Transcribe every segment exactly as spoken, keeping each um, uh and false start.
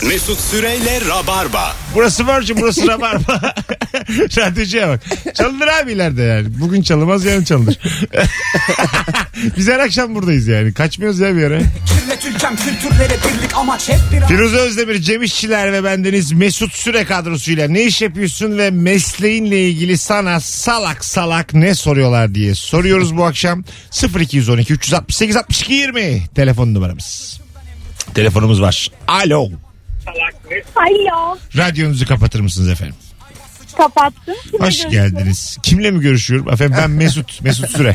Mesut Süreyle Rabarba. Burası Virgin, burası Rabarba. Radyocuya bak. Çalınır abi ileride yani. Bugün çalınmaz, yarın çalınır. Biz her akşam buradayız yani. Kaçmıyoruz ya bir yere. Firuze Özdemir, Cem İşçiler ve bendeniz Mesut Süre kadrosuyla ne iş yapıyorsun ve mesleğinle ilgili sana salak salak ne soruyorlar diye soruyoruz bu akşam. sıfır iki on iki üç altı sekiz altmış iki yirmi telefon numaramız. Telefonumuz var. Alo. Alo. Radyonuzu kapatır mısınız efendim? Kapattım. Kimle Hoş geldiniz. Kimle mi görüşüyorum? Efendim ben Mesut. Mesut Süre.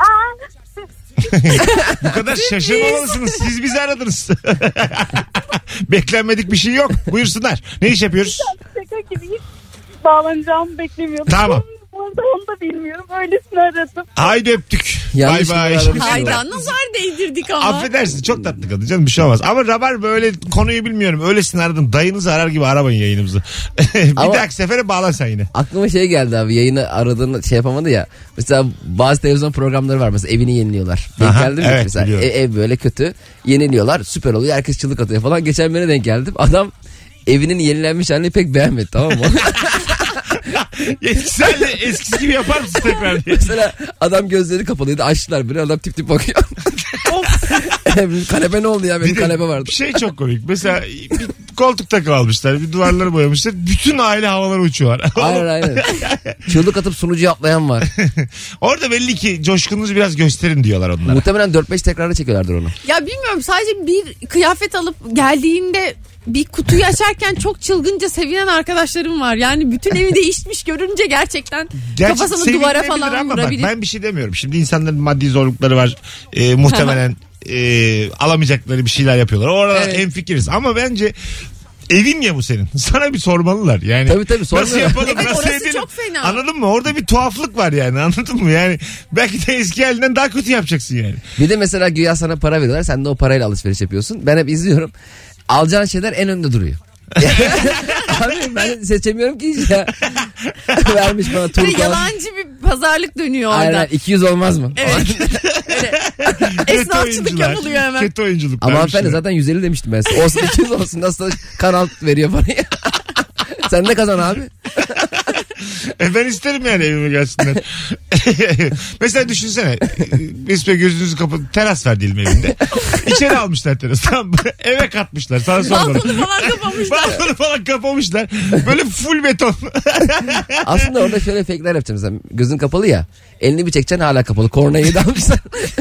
Bu kadar şaşırmamalısınız. Siz bizi aradınız. Beklenmedik bir şey yok. Buyursunlar. Ne iş yapıyoruz? Şaka gibi hiç bağlanacağımı beklemiyorum. Tamam. Orada onu da bilmiyorum. Öylesine aradım. Haydi öptük. Yanlış Bay bay. numara Hayda nazar değdirdik ama. Affedersin, çok tatlı kadın canım, bir şey olmaz. Ama Rabar böyle konuyu bilmiyorum. Öylesine aradım. Dayınızı arar gibi aramayın yayınımızı. Bir Ama- dahaki sefere bağlan sen yine. Aklıma şey geldi abi, yayını aradığını şey yapamadı ya. Mesela bazı televizyon programları var, mesela evini yeniliyorlar. Denk Aha, geldi mi? evet, Mesela biliyorum. ev, ev böyle kötü, yeniliyorlar, süper oluyor, herkes çığlık atıyor falan. Geçen birine denk geldim, adam evinin yenilenmiş halini pek beğenmedi, tamam mı? Sen de eskisi gibi yapar mısın tekrar diye. Mesela adam gözleri kapalıydı, açtılar biri, adam tip tip bakıyor. Kanepe ne oldu ya, benim Bir de kanepe vardı. Bir şey çok komik. Mesela bir koltuk takı almışlar. Bir duvarları boyamışlar. Bütün aile havalara uçuyorlar. Aynen aynen. Çığlık atıp sunucuya atlayan var. Orada belli ki coşkunuzu biraz gösterin diyorlar onlara. Muhtemelen dört beş tekrarda çekiyorlardır onu. Ya bilmiyorum, sadece bir kıyafet alıp geldiğinde bir kutuyu açarken çok çılgınca sevinen arkadaşlarım var. Yani bütün evi değişmiş görünce gerçekten Gerçi kafasını duvara sevinebilir falan ama bak, vurabilir. ben bir şey demiyorum. Şimdi insanların maddi zorlukları var. Ee, muhtemelen e, alamayacakları bir şeyler yapıyorlar. Orada Evet. hemfikiriz. Ama bence evin ya bu senin. Sana bir sormalılar. Yani Tabii tabii, nasıl sormuyorlar. yapalım, Evet, nasıl orası edelim? çok fena. Anladın mı? Orada bir tuhaflık var yani. Anladın mı? Yani belki de eski halinden daha kötü yapacaksın yani. Bir de mesela güya sana para veriyorlar, sen de o parayla alışveriş yapıyorsun. Ben hep izliyorum. Alacağın şeyler en önde duruyor. Abi ben seçemiyorum ki hiç ya. Vermiş bana Bir de turkuaz. yalancı bir pazarlık dönüyor orada. Aynen, iki yüz olmaz mı? Evet. Kötü Esnafçılık oyuncular. yapılıyor hemen. Kötü oyunculuk. Ama vermişler. hanımefendi zaten yüz elli demiştim ben size. Olsun iki yüz olsun, nasıl kanal veriyor parayı. Sen ne kazan abi? E ben isterim yani evime gelsinler. Mesela düşünsene. Mesut Bey gözünüzü kapatıp teras ver diyelim evinde. İçeri almışlar teras. Tamam mı? Eve katmışlar. Sana sormadım. Balkonu falan kapamışlar. Balkonu falan kapamışlar. Böyle full beton. Aslında orada şöyle efektler yapacağım. Mesela gözün kapalı ya. Elini bir çekeceksin, hala kapalı. Kornayı da almışlar.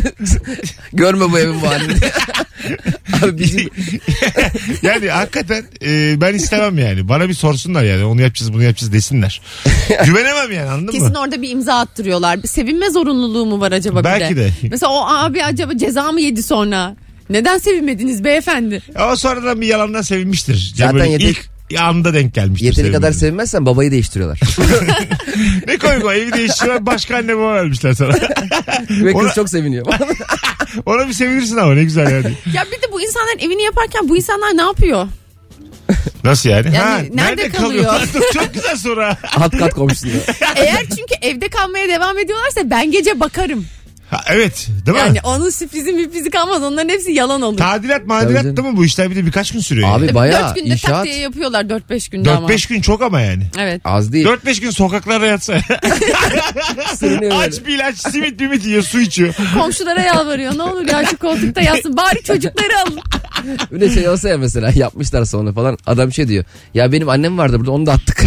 Görme bu evin bu halini. Abi bizim... Yani hakikaten e, ben istemem yani. Bana bir sorsunlar yani. Onu yapacağız, bunu yapacağız desinler. Güvenemem yani, anladın Kesin mı? orada bir imza attırıyorlar. Bir sevinme zorunluluğu mu var acaba Belki bir de? de. Mesela o abi acaba ceza mı yedi sonra? Neden sevinmediniz beyefendi? Ama sonradan bir yalandan sevinmiştir. Zaten Böyle yeter- ilk anda denk gelmiştir. Yeteri kadar sevinmesi. sevinmezsen babayı değiştiriyorlar. Ne komik o, evi değiştiriyorlar, başka anne baba vermişler sana. Ve kız Ona- çok seviniyor. Ona bir sevinirsin ama ne güzel yani. Ya bir de bu insanların evini yaparken bu insanlar ne yapıyor? Nasıl yani? Yani ha, nerede nerede kalıyor? kalıyorlar? Çok güzel soru. ha. Alt kat komşusu. Eğer çünkü evde kalmaya devam ediyorlarsa ben gece bakarım. Ha, evet, değil mi? Yani onun sürprizi müprizi kalmaz. Onların hepsi yalan olur. Tadilat Tabii madilat canım. da mı bu işler, bir de birkaç gün sürüyor. Abi yani. bayağı dört günde tak inşaat. diye yapıyorlar, dört beş günde ama. dört beş gün çok ama yani. Evet. Az değil. dört beş gün sokaklarda yatsa. Sürünüyor böyle. Aç bir ilaç, simit bimit yiyor, su içiyor. Komşulara yalvarıyor. Ne olur ya şu koltukta yatsın. Bari çocukları alın. Bir de şey olsa ya, mesela yapmışlar sonra falan, adam şey diyor. Ya benim annem vardı burada, onu da attık.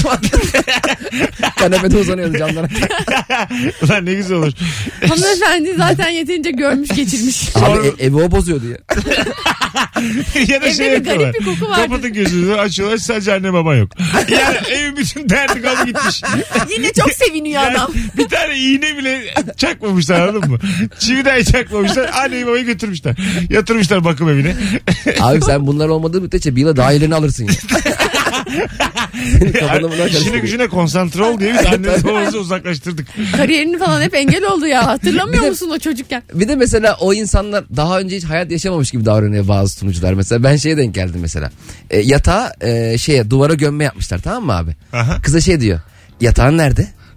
Kanepede uzanıyordu camlara. Ulan ne güzel olur. Hanımefendi zaten yeterince görmüş geçirmiş. Abi e- evi o bozuyordu ya. Ya da Evde şey bir garip yapıyorlar. bir koku vardı. Kapatın gözünüzü, açıyorlar, sadece anne baba yok. Yani evin bütün derdi kaldı gitmiş. Yine çok seviniyor Yani adam. bir tane iğne bile çakmamışlar, anladın mı? Çivi dahi çakmamışlar. Anneyi babayı götürmüşler. Yatırmışlar bakım evine. Abi sen bunlar olmadığı müddetçe bir yıla daha elini alırsın ya. Senin kafanı bunlar İşine karıştırıyor. gücüne konsantre ol diye biz annemizi babamızı uzaklaştırdık. Kariyerini falan hep engel oldu ya. Hatırlamıyor Bir de- musun o çocukken? Bir de mesela o insanlar daha önce hiç hayat yaşamamış gibi davranıyor bazı sunucular. Mesela ben şeye denk geldim mesela. E, yatağı e, şeye duvara gömme yapmışlar, tamam mı abi? Aha. Kıza şey diyor. Yatağın nerede?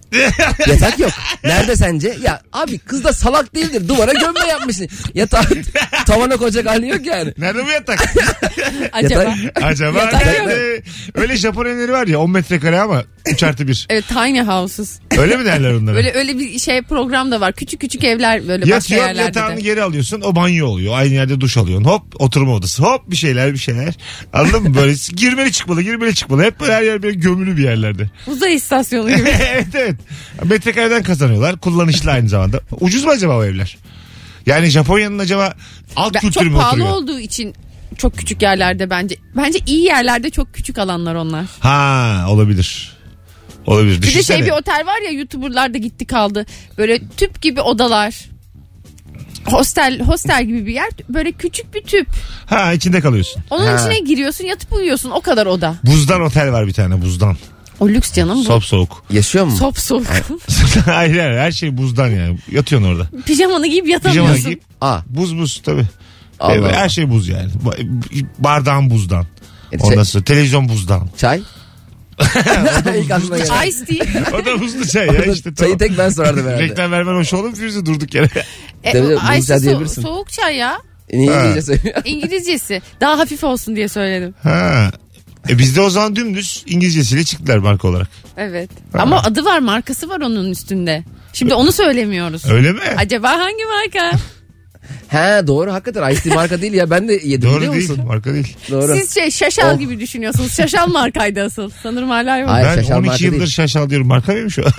Yatak yok. Nerede sence? Ya abi kız da salak değildir. Duvara gömme yapmışsın. Yatak tavana koyacak hali yok yani. Nerede bu yatak? Acaba. Yatak- Acaba Yatak nerede? Öyle Japon evleri var ya on metrekare ama üç artı bir. Evet, tiny houses. Öyle mi derler onlara? Böyle öyle bir şey program da var. Küçük küçük evler böyle başka Yatıyorsun yerlerde yatağını de. geri alıyorsun o banyo oluyor. Aynı yerde duş alıyorsun. Hop oturma odası. Hop bir şeyler bir şeyler. Anladın mı? Böyle girmeli çıkmalı girmeli çıkmalı. Hep böyle her yer böyle gömülü bir yerlerde. Uzay istasyonu gibi. Evet evet. Metrekareden kazanıyorlar. Kullanışlı aynı zamanda. Ucuz mu acaba o evler? Yani Japonya'nın acaba alt Ben- kültürü çok mü pahalı oturuyor? olduğu için çok küçük yerlerde bence. Bence iyi yerlerde çok küçük alanlar onlar. Ha olabilir. Olabilir. Bir de Düşünsene. şey bir otel var ya, YouTuber'lar da gitti kaldı. Böyle tüp gibi odalar. Hostel hostel gibi bir yer. Böyle küçük bir tüp. Ha içinde kalıyorsun. Onun Ha. içine giriyorsun, yatıp uyuyorsun. O kadar oda. Buzdan otel var bir tane buzdan. O lüks canım bu. Sop soğuk. Yaşıyor mu? Sop soğuk. hayır hayır her şey buzdan yani. Yatıyorsun orada. Pijamanı giyip Pijama yatamıyorsun. giyip Aa. buz buz tabii. Allah Evet, Allah. her şey buz yani. Ba- Bardağın buzdan. Evet, Ondan şey- sonra televizyon buzdan. Çay? İlk aklıma geldi. Ice tea. O da buzlu çay ya işte. Çayı Tamam. tek ben sorardım herhalde. Reklam vermen hoş olur mu Firuze durduk yere? E, Tabii, o buzlu ice çay so- diyebilirsin. soğuk çay ya. Niye Ha. İngilizce söylüyor? İngilizcesi. Daha hafif olsun diye söyledim. ha. E bizde o zaman dümdüz İngilizcesiyle çıktılar marka olarak. Evet. Ama adı var, markası var onun üstünde. Şimdi onu söylemiyoruz. Öyle mi? Acaba hangi marka? He doğru hakikaten Ice Tea marka değil ya ben de yedim Doğru biliyor değil. musun? Marka değil. Doğru. Siz şey şaşal Oh. gibi düşünüyorsunuz. Şaşal markaydı asıl. Sanırım hala yok. Hayır, Ben şaşal on iki marka yıldır değil. şaşal diyorum. Marka mıymış o?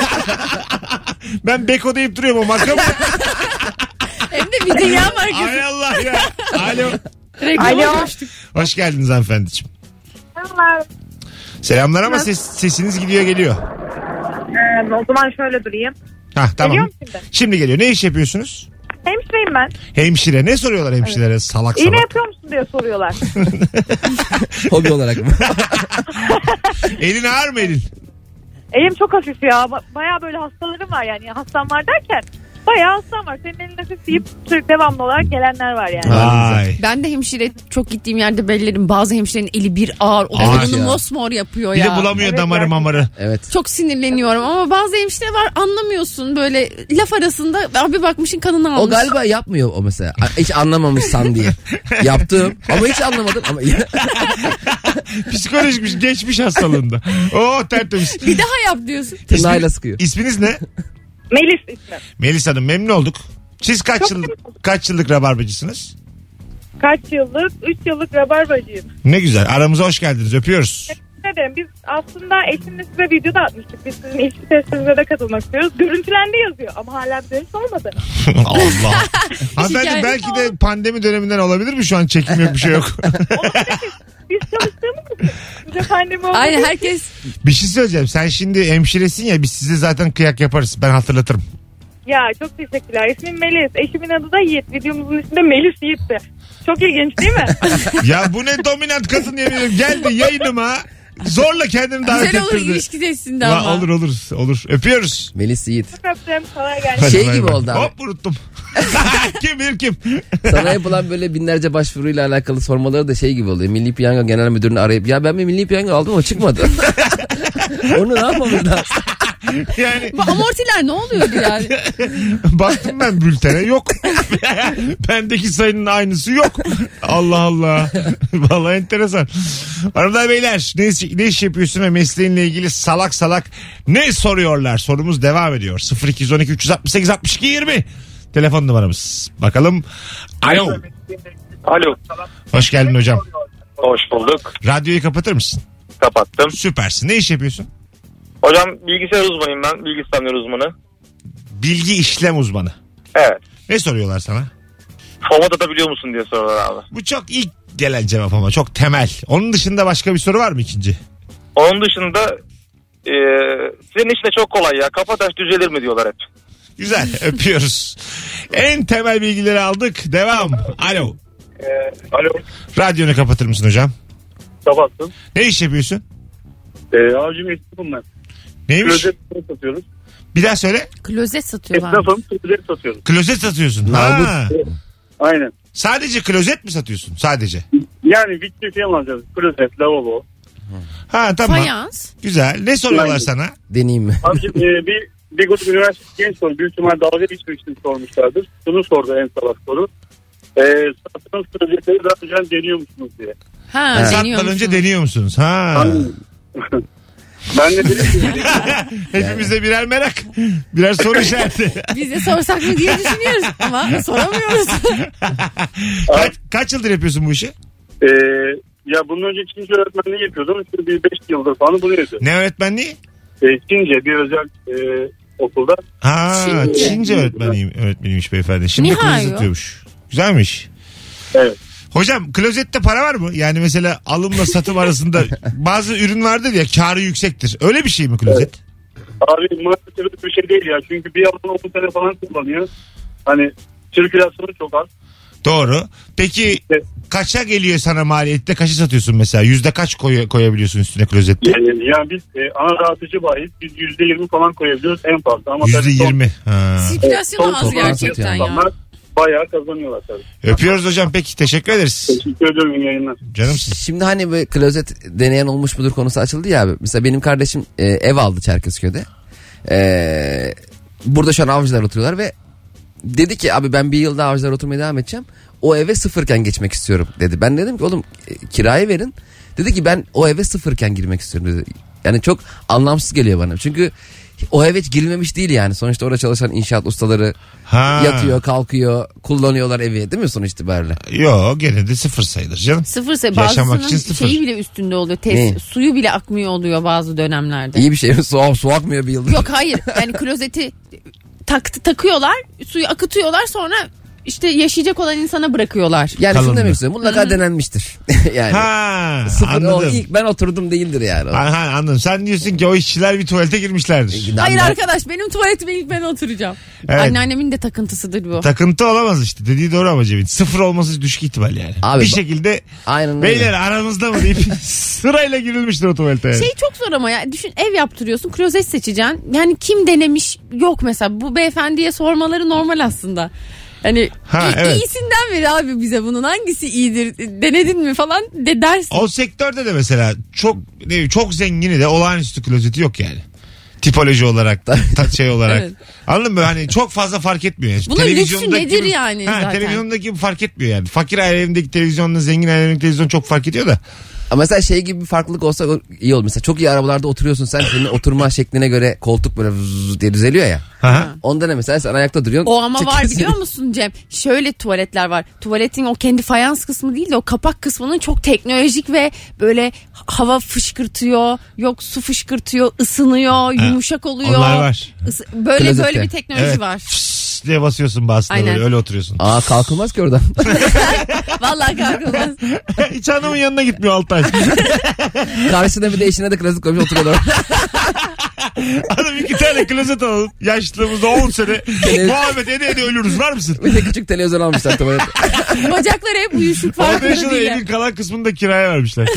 Ben Beko deyip duruyorum o marka mı? Hem de bir dünya markası. Ay Allah ya. Alo. Reklama Alo. koştuk. Hoş geldiniz hanımefendiciğim. Merhabalar. Selamlar ama ses, sesiniz gidiyor geliyor. Ee, o zaman şöyle durayım. Hah tamam. Geliyor mu şimdi? Şimdi geliyor. Ne iş yapıyorsunuz? Hemşireyim ben. Hemşire. Ne soruyorlar hemşirelere salak İğne salak? yapıyor musun diye soruyorlar. Hobi olarak mı? Elin ağır mı elin? Elim çok hafif ya. Ba- Bayağı böyle hastalarım var yani. Hastam var derken bayağı hastam var. Senin elin hafif deyip sürekli devamlı olarak gelenler var yani. Vay. Ben de hemşire çok gittiğim yerde bellerim. Bazı hemşirenin eli bir ağır. O Ağır kolunu ya. mosmor yapıyor Bir ya. de bulamıyor Evet, damarı gerçekten. mamarı. Evet. Çok sinirleniyorum ama bazı hemşire var, anlamıyorsun, böyle laf arasında abi bakmışın kanını almış. O galiba yapmıyor o mesela. Hiç anlamamışsan diye. Yaptım ama hiç anlamadım. Ama Psikolojikmiş geçmiş hastalığında. Oo tertemiz. Bir daha yap diyorsun. tırnağıyla sıkıyor. İsminiz ne? Melis ismi. Melis Hanım memnun olduk. Siz kaç Çok yıl memnun. kaç yıllık rabarbacısınız? Kaç yıllık? üç yıllık rabarbacıyım. Ne güzel. Aramıza hoş geldiniz. Öpüyoruz. Ne derim? Biz aslında eşimle size video da atmıştık. Biz sizin ilişki testinize de katılmak istiyoruz. Görüntülendi yazıyor ama hala bir dönüş olmadı. Allah. Hanımefendi Şikayet belki de pandemi döneminden olabilir mi şu an çekim yok bir şey yok. Biz çalıştığımız için bize pandemi olmadı. Aynen, herkes Bir şey söyleyeceğim. Sen şimdi hemşiresin ya biz size zaten kıyak yaparız. Ben hatırlatırım. Ya çok teşekkürler. İsmim Melis. Eşimin adı da Yiğit. Videomuzun üstünde Melis Yiğit'ti. Çok ilginç değil mi? Ya bu ne dominant kadın yemin ederim. Geldi yayınıma zorla kendini davet güzel olur ettirdi. ilişki testinde Va- ama. olur olur olur. Öpüyoruz. Melis Yiğit. Çok öptüm. Kolay gelsin. Hadi Şey bay gibi bay. oldu abi. Hop unuttum. kim bilir kim? Sana yapılan böyle binlerce başvuruyla alakalı sormaları da şey gibi oluyor. Milli Piyango Genel Müdürünü arayıp ya ben bir Milli Piyango aldım ama çıkmadı. Onu ne yapmamız lazım? Yani Bu amortiler ne oluyordu yani? baktım ben bültene yok. Bendeki sayının aynısı yok. Allah Allah. Vallahi enteresan. Hanımlar beyler ne, iş- ne iş yapıyorsun ve mesleğinle ilgili salak salak ne soruyorlar? Sorumuz devam ediyor. sıfır iki on iki üç altı sekiz altmış iki yirmi telefon numaramız. Bakalım. Alo. Alo. Hoş geldin hocam. Hoş bulduk. Radyoyu kapatır mısın? Kapattım. Süpersin. Ne iş yapıyorsun? Hocam bilgisayar uzmanıyım ben. Bilgi sistemleri uzmanı. Bilgi işlem uzmanı. Evet. Ne soruyorlar sana? Format atabiliyor musun diye soruyorlar abi. Bu çok ilk gelen cevap ama çok temel. Onun dışında başka bir soru var mı ikinci? Onun dışında e, senin işine çok kolay ya. Kafa taş düzelir mi diyorlar hep. Güzel öpüyoruz. En temel bilgileri aldık. Devam. Alo. E, alo. Radyonu kapatır mısın hocam? Kapattım. Ne iş yapıyorsun? E, avcım esnafım ben. Neymiş? Klozet satıyoruz. Bir daha söyle. Klozet satıyorlar. Esnafım. Klozet satıyoruz. Klozet satıyorsun. Ha. Aynen. Sadece klozet mi satıyorsun? Sadece. Yani vitri falan alacağız. Klozet, lavabo. Ha tamam. Fayans. Güzel. Ne soruyorlar Aynen. sana? Deneyeyim mi? Abi şimdi, e, bir, bir grup üniversite genç soru. Büyük ihtimal dalga geçmek için sormuşlardır. Şunu sordu en salak soru. E, satın sözcükleri daha önce deniyor musunuz diye. Ha, Evet. deniyor Satmadan musun? önce deniyor musunuz? Ha. Ben de dedim ki Hepimizde birer merak. Birer soru işareti. Biz de sorsak mı diye düşünüyoruz ama soramıyoruz. kaç, kaç yıldır yapıyorsun bu işi? e, ya bunun önce Çince öğretmenliği yapıyordum. İşte bir beş yıldır falan bunu yapıyorum. Ne öğretmenliği? E, Çince bir özel e, okulda. Ha, Çince. Çince öğretmeniyim, öğretmeniymiş beyefendi. Şimdi Nihai klozet o. atıyormuş. Güzelmiş. Evet. Hocam klozette para var mı? Yani mesela alımla satım arasında bazı ürün vardır ya karı yüksektir. Öyle bir şey mi klozet? Abi maalesef bir şey değil ya. Çünkü bir yalan on sene falan kullanıyor. Hani sirkülasyonu çok az. Doğru. Peki Evet. kaça geliyor sana maliyette? Kaça satıyorsun mesela? Yüzde kaç koy, koyabiliyorsun üstüne klozette? Yani, yani biz e, ana dağıtıcı bayiz. Biz yüzde yirmi falan koyabiliyoruz en fazla. Ama Yüzde tabii son- yirmi. Ha. Sirkülasyonu az son- gerçekten ya. insanlar bayağı kazanıyorlar tabii. Öpüyoruz hocam peki. Teşekkür ederiz. Teşekkür ediyorum, iyi yayınlar. Canımsın. Şimdi hani böyle klozet deneyen olmuş mudur konusu açıldı ya abi. Mesela benim kardeşim e, ev aldı Çerkezköy'de. E, burada şu an Avcılar oturuyorlar ve dedi ki abi ben bir yıl daha Avcılar oturmaya devam edeceğim. O eve sıfırken geçmek istiyorum dedi. Ben dedim ki oğlum e, kirayı verin. Dedi ki ben o eve sıfırken girmek istiyorum dedi. Yani çok anlamsız geliyor bana. Çünkü o eve hiç girilmemiş değil yani. Sonuçta orada çalışan inşaat ustaları Ha. yatıyor, kalkıyor, kullanıyorlar evi değil mi sonuç itibariyle? Yok gene de sıfır sayılır canım. Sıfırsa Yaşamak için bazısının sıfır. şeyi bile üstünde oluyor. Tes, Ne? suyu bile akmıyor oluyor bazı dönemlerde. İyi bir şey mi? Su, su akmıyor bir yıldır. Yok hayır yani klozeti tak, takıyorlar suyu akıtıyorlar sonra işte yaşayacak olan insana bırakıyorlar. Yani Kalındı. şunu demek istiyorum. Mutlaka denenmiştir. yani. Ha Sıfır o anladım. ilk ben oturdum değildir yani. Aha, anladım. Sen diyorsun ki o işçiler bir tuvalete girmişlerdir. Hayır Ben- arkadaş benim tuvaletime ilk ben oturacağım. Evet. Anneannemin de takıntısıdır bu. Takıntı olamaz işte. Dediği doğru ama Cemil. Sıfır olması düşük ihtimal yani. Abi bir ba- şekilde Aynen öyle. beyler aramızda mı deyip sırayla girilmiştir o tuvalete. Yani. Şey çok zor ama ya düşün ev yaptırıyorsun klozet seçeceksin. Yani kim denemiş yok mesela bu beyefendiye sormaları normal aslında. Hani Ha, i- evet. iyisinden ver abi bize bunun hangisi iyidir denedin mi falan de dersin. O sektörde de mesela çok ne bileyim, çok zengini de olağanüstü klozeti yok yani. Tipoloji olarak ta, şey olarak. Evet. Anladın mı? Hani çok fazla fark etmiyor. Yani. Bunun lüksü Televizyondaki nedir gibi- yani ha, zaten? Televizyondaki gibi fark etmiyor yani. Fakir ailemdeki televizyonla zengin ailemdeki televizyon çok fark ediyor da. Ama mesela şey gibi bir farklılık olsa iyi olur. Mesela çok iyi arabalarda oturuyorsun sen senin oturma şekline göre koltuk böyle vzzz diye düzeliyor ya. Aha. Onda ne mesela sen ayakta duruyorsun. O ama var çekiyorsun. biliyor musun Cem? Şöyle tuvaletler var. Tuvaletin o kendi fayans kısmı değil de o kapak kısmının çok teknolojik ve böyle hava fışkırtıyor. Yok su fışkırtıyor, ısınıyor, yumuşak oluyor. Onlar var. Isı- böyle Klozette. böyle bir teknoloji Evet. var. Fıs diye basıyorsun bazısında Aynen. böyle öyle oturuyorsun. Aa kalkılmaz ki oradan. Vallahi kalkılmaz. Hiç hanımın yanına gitmiyor Altay. Karşısında bir de eşine de klasik koymuş oturuyorlar. Adam iki tane klozet alalım. Yaşlılığımızda on sene muhabbet ede ede ölürüz. Var mısın? Bir de küçük televizyon almışlar tuvalete. Bacakları hep uyuşuk Orada farkında yaşanan değil. evin kalan kısmını da kiraya vermişler.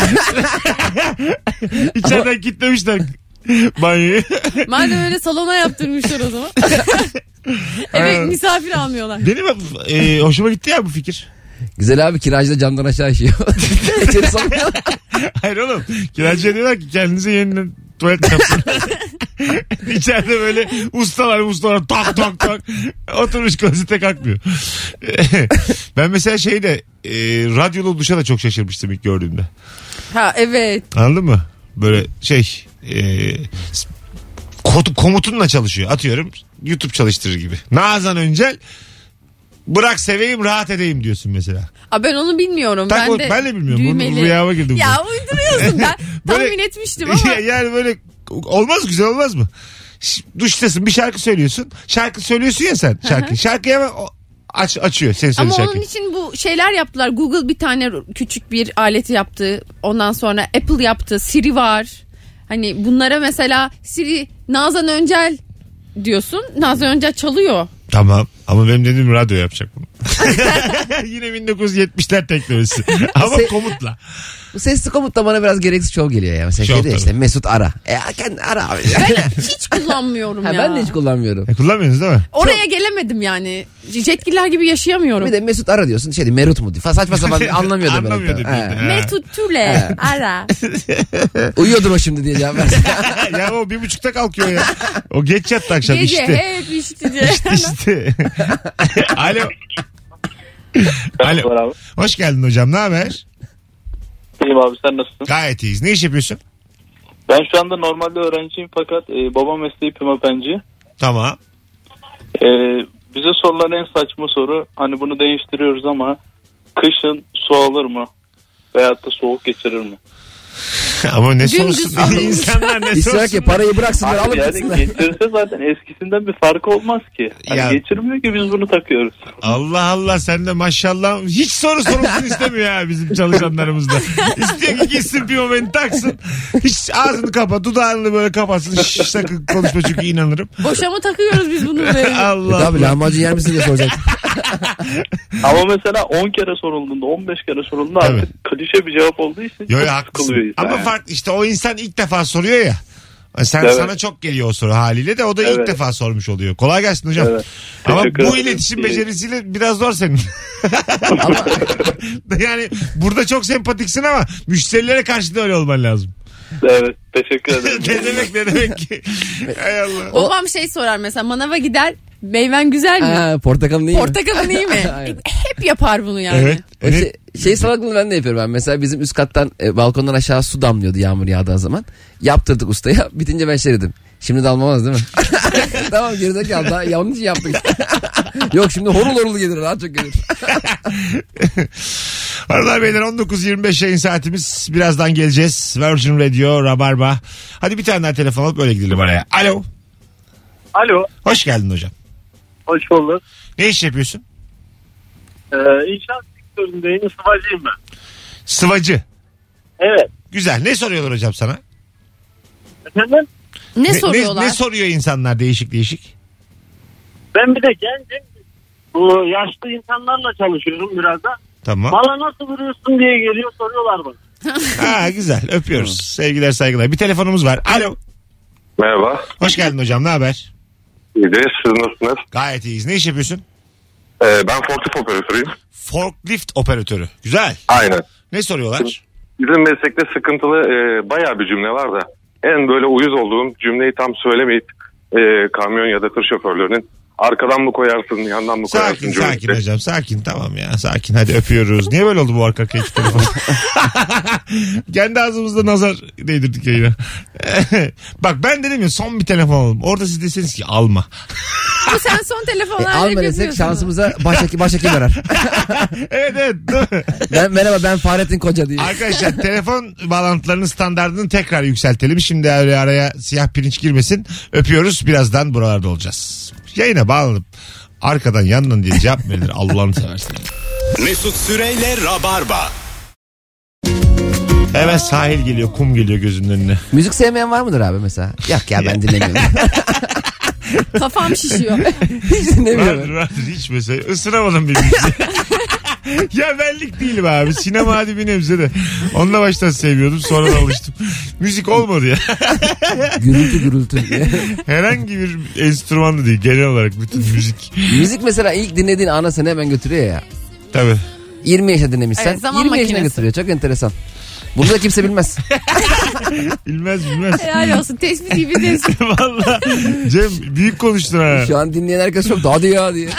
İçeriden kilitlemişler banyoyu. Madem öyle salona yaptırmışlar o zaman. Evet misafir almıyorlar. Benim e, hoşuma gitti ya bu fikir. Güzel abi kiracı da camdan aşağı işiyor. İçeri salmıyor. Hayır oğlum. Kiracıya diyorlar ki kendinize yeniden tuvalet yapsın. İçeride böyle ustalar ustalar tak tak tak oturmuş klozete kalkmıyor. Ben mesela şeyde e, radyolu duşa da çok şaşırmıştım ilk gördüğümde. Ha evet. Anladın mı? Böyle şey e, kod- komutunla çalışıyor. Atıyorum YouTube çalıştırır gibi. Nazan Öncel bırak seveyim rahat edeyim diyorsun mesela. Aa, ben onu bilmiyorum. Tak, ben o- de ben de bilmiyorum. Bunu düğmeli. rüyama girdim. Ya uyduruyorsun ben. Böyle- Tahmin etmiştim ama. yani böyle olmaz güzel olmaz mı? Ş- Duştasın bir şarkı söylüyorsun. Şarkı söylüyorsun ya sen şarkı. Şarkıyı hemen o- aç, açıyor senin söylediğin Ama şarkıyı. onun için bu şeyler yaptılar. Google bir tane küçük bir aleti yaptı. Ondan sonra Apple yaptı. Siri var. Hani bunlara mesela Siri Nazan Öncel diyorsun. Nazan Öncel çalıyor. Tamam ama benim dediğim radyo yapacak bunu. Yine bin dokuz yüz yetmişler teknolojisi. Ama Se- komutla. Bu sesli komut da bana biraz gereksiz şov geliyor ya. Mesela Şov şey diyor işte tabii. Mesut ara. E kendi ara abi. Hiç kullanmıyorum Ha, ya. ben de hiç kullanmıyorum. E, kullanmıyorsunuz değil mi? Oraya gelemedim yani. Jetgiller gibi yaşayamıyorum. Bir de Mesut ara diyorsun. Şey değil, Merut mu diyor. Fa- Saçma sapan anlamıyor da Anlamıyor ben. da Ha. bir de. Mesut Tüle ara. Uyuyordur o şimdi diye cevap versin. Ya o bir buçukta kalkıyor ya. O geç yattı akşam Gece işte. hep işitici. İşte. Alo. Alo. Merhaba abi. Hoş geldin hocam. Ne haber? İyiyim abi, sen nasılsın? Gayet iyiyiz. Ne iş yapıyorsun? Ben şu anda normalde öğrenciyim fakat e, babam mesleği pimapenci. Tamam. E, bize sorulan en saçma soru, hani bunu değiştiriyoruz ama kışın su alır mı? Veyahut da soğuk geçirir mi? Ama ne Gündüz sorsun? almış. İnsanlar ne İstiyor ki sorsun? parayı bıraksınlar Abi alıp yani gitsinler. geçirirse zaten eskisinden bir farkı olmaz ki. Hani Ya. geçirmiyor ki, biz bunu takıyoruz. Allah Allah, sen de maşallah hiç soru sorulsun istemiyor ya bizim çalışanlarımız da. İstiyor ki gitsin piyomen taksın. Hiç ağzını kapat, dudağını böyle kapatsın. Şş, sakın konuşma çünkü inanırım. Boşa mı takıyoruz biz bunu böyle? Allah Tabii Allah. lahmacun yer misin diye soracaktım. Ama mesela on kere sorulduğunda, on beş kere sorulduğunda Evet. artık klişe bir cevap olduğu için Yo, yo, çok haklısın. sıkılıyor insan. Ama yani. farklı işte, o insan ilk defa soruyor ya. Sen Evet. sana çok geliyor o soru haliyle de, o da ilk Evet. defa sormuş oluyor. Kolay gelsin hocam. Evet. Ama Teşekkür bu ederim. iletişim İyi. becerisiyle biraz zor senin. Ama Yani burada çok sempatiksin ama müşterilere karşı da öyle olman lazım. Evet, teşekkür ederim. Ne demek ne demek ki? Hay Allah. Babam şey sorar mesela, manava gider, meyven güzel mi? ha, portakalın iyi mi? Portakalın iyi mi? Aynen. Hep yapar bunu yani. Evet. O şey, şey salaklığını ben de yapıyorum ben. Mesela bizim üst kattan e, balkondan aşağı su damlıyordu yağmur yağdığı zaman. Yaptırdık ustaya. Bitince ben şey dedim. Şimdi damlamaz değil mi? Tamam, gerizekalı, daha yanlış yaptık. Yok şimdi horul horul gelir, daha çok gelir. Hanımlar beyler, on dokuz yirmi beş yayın saatimiz. Birazdan geleceğiz. Virgin Radio, Rabarba. Hadi bir tane daha telefon alıp öyle gidelim araya. Alo. Alo. Hoş geldin hocam. Hoş bulduk. Ne iş yapıyorsun? Ee, inşaat sektöründeyim. Sıvacıyım ben. Sıvacı. Evet. Güzel. Ne soruyorlar hocam sana? Efendim? Ne, soruyorlar? Ne, ne soruyor insanlar değişik değişik? Ben bir de gencim. Bu yaşlı insanlarla çalışıyorum biraz da. Tamam. Bana nasıl vuruyorsun diye geliyor, soruyorlar bana. Ha, güzel. Öpüyoruz. Sevgiler saygılar. Bir telefonumuz var. Alo. Merhaba. Hoş geldin hocam. Ne haber? İyidir. Siz nasılsınız? Gayet iyiyiz. Ne iş yapıyorsun? Ee, ben forklift operatörüyüm. Forklift operatörü. Güzel. Aynen. Ne soruyorlar? Bizim meslekte sıkıntılı e, bayağı bir cümle var da en böyle uyuz olduğum cümleyi tam söylemeyip e, kamyon ya da tır şoförlerinin arkadan mı koyarsın, yandan mı koyarsın Sakin cümlesi. sakin hocam. Sakin, tamam ya. Sakin. Hadi öpüyoruz. Niye böyle oldu bu arka arkaya iki telefon? Kendi ağzımızda nazar değdirdik yayına. Bak ben dedim ya, son bir telefon alalım. Orada siz deseniz ki alma. Bu sen son E, telefonlarla alma desek yapıyorsun. şansımıza baştaki baştaki verer. Evet evet. Değil mi? Ben, merhaba ben Fahrettin Koca diye. Arkadaşlar telefon bağlantılarının standartını tekrar yükseltelim. Şimdi araya, araya siyah pirinç girmesin. Öpüyoruz. Birazdan buralarda olacağız. Yayına bağlanıp arkadan yandan diye cevap verilir. Allah'ını seversen. Mesut Süreyle Rabarba. Hemen sahil geliyor, kum geliyor gözünün önüne. Müzik sevmeyen var mıdır abi mesela? Yok ya ben dinlemiyorum. Kafam şişiyor. Hiç dinlemiyorum. Vardır vardır, hiç mesela ısıramadım bir müziği. Ya benlik değilim abi. Sinema hadi bir nebze de. Onunla baştan seviyordum, sonra da alıştım. Müzik olmadı ya. Gürültü gürültü diye. Herhangi bir enstrüman da değil, genel olarak bütün müzik. Müzik mesela ilk dinlediğin ana seni hemen götürüyor ya. Tabii. yirmi yaşa dinlemişsen Evet, zaman yirmi yaşına makinesi. götürüyor. Çok enteresan. Bunu da kimse bilmez. Bilmez bilmez. Helal olsun. Tespit gibi tespit. Valla Cem büyük konuştun ha. Şu an dinleyen herkes çok hadi ya diye.